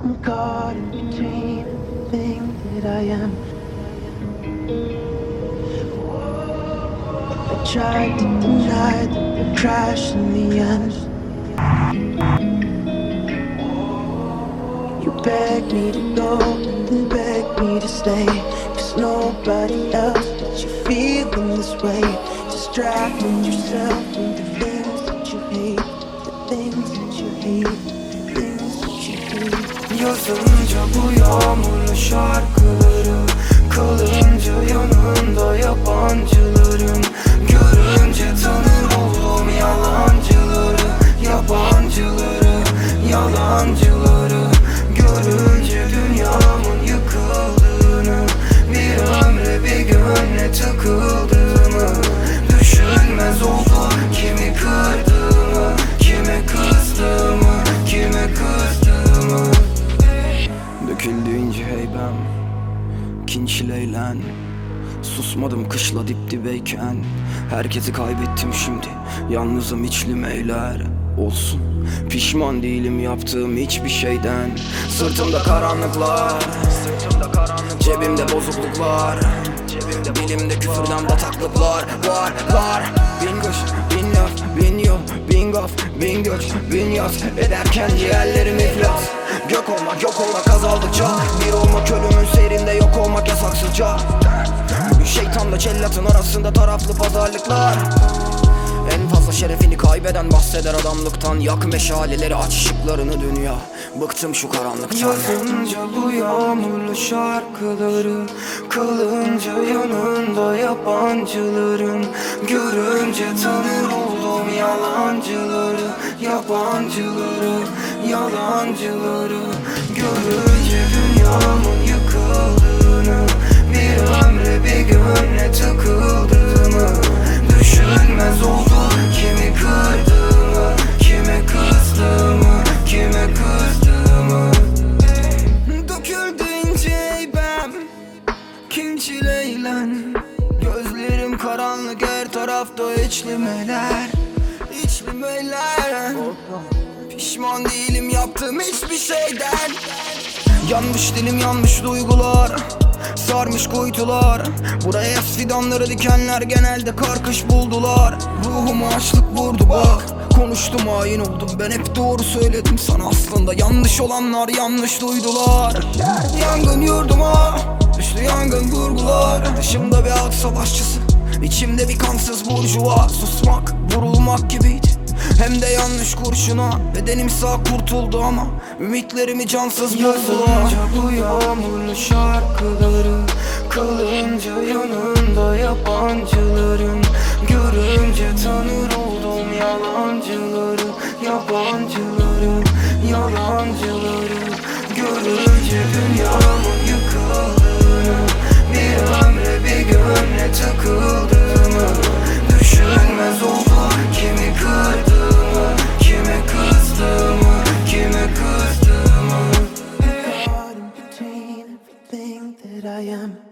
I'm caught in between everything that I am. I tried to deny that I crashed in the end. You begged me to go and begged me to stay, 'cause nobody else but you feeling this way. Distracting yourself from the things that you hate, the things that you hate, the things that you hate. Yazınca bu yağmurlu şarkıları, kalınca yanında yabancıların, görünce tanır oldum yalancıları, yabancıları, yalancıları. Görünce dünyamın yıkıldığını, bir ömre bir gönle tıkıldığımı, düşünmez oldum kimi kırdığımı, kime kızdığımı, kime kızdığımı. Döküldüğünce heybem, kinçil eğlen. Susmadım kışla dip dibeyken. Herkesi kaybettim şimdi, yalnızım içlim eyler. Olsun, pişman değilim yaptığım hiçbir şeyden. Sırtımda karanlıklar, cebimde bozukluklar, dilimde küfürden bataklıklar var. Bin kuş, bin laf, bin yol, bin gaf, bin göç, bin yaz ederken ciğerlerim iflas. Gök olmak yok olmak azaldıkça, bir olmak ölümün seyrinde yok olmak yasaksızca. Bir şeytanla cellatın arasında taraflı pazarlıklar. En fazla şerefini kaybeden bahseder adamlıktan. Yak meşaleleri, aç ışıklarını dünya. Bıktım şu karanlıktan. Yazınca bu yağmurlu şarkıları, kalınca yanında yabancıların, görünce tanır oldum yalancıları, yabancıları, yalancıları. Görünce dünyamın yıkıldığını, bir ömre bir gönle tıkıldığımı, düşünmez oldum kimi kırdığımı, kime kızdığımı, kime kızdığımı. Döküldü ince heybem, kinçil eğlen. Gözlerim karanlık, her tarafta içlimeler, içlimeler. Pişman değilim yaptığım hiçbir şeyden. Yanmış dilim, yanmış duygular, sarmış kuytular. Buraya fidanları dikenler genelde karkış buldular. Ruhumu açlık vurdu bak, konuştum hain oldum. Ben hep doğru söyledim sana, aslında yanlış olanlar yanlış duydular. Yangın yurduma düştü, yangın vurgular. Dışımda bir halk savaşçısı, içimde bir kansız burjuva. Susmak vurulmak gibiydi, hem de yanlış kurşuna. Bedenim sağ kurtuldu ama ümitlerimi cansız buldular. Yazınca bu yağmurlu şarkıları, kalınca yanında yabancıların, görünce tanır oldum yalancıları, yabancıları, yalancıları. Görünce dünyamın yıkıldığını, bir ömre bir gönle tıkıldığımı, düşünmez oldum kimi kırdığımı, kime kızdığımı, kime kızdığımı. Caught in between everything that I am.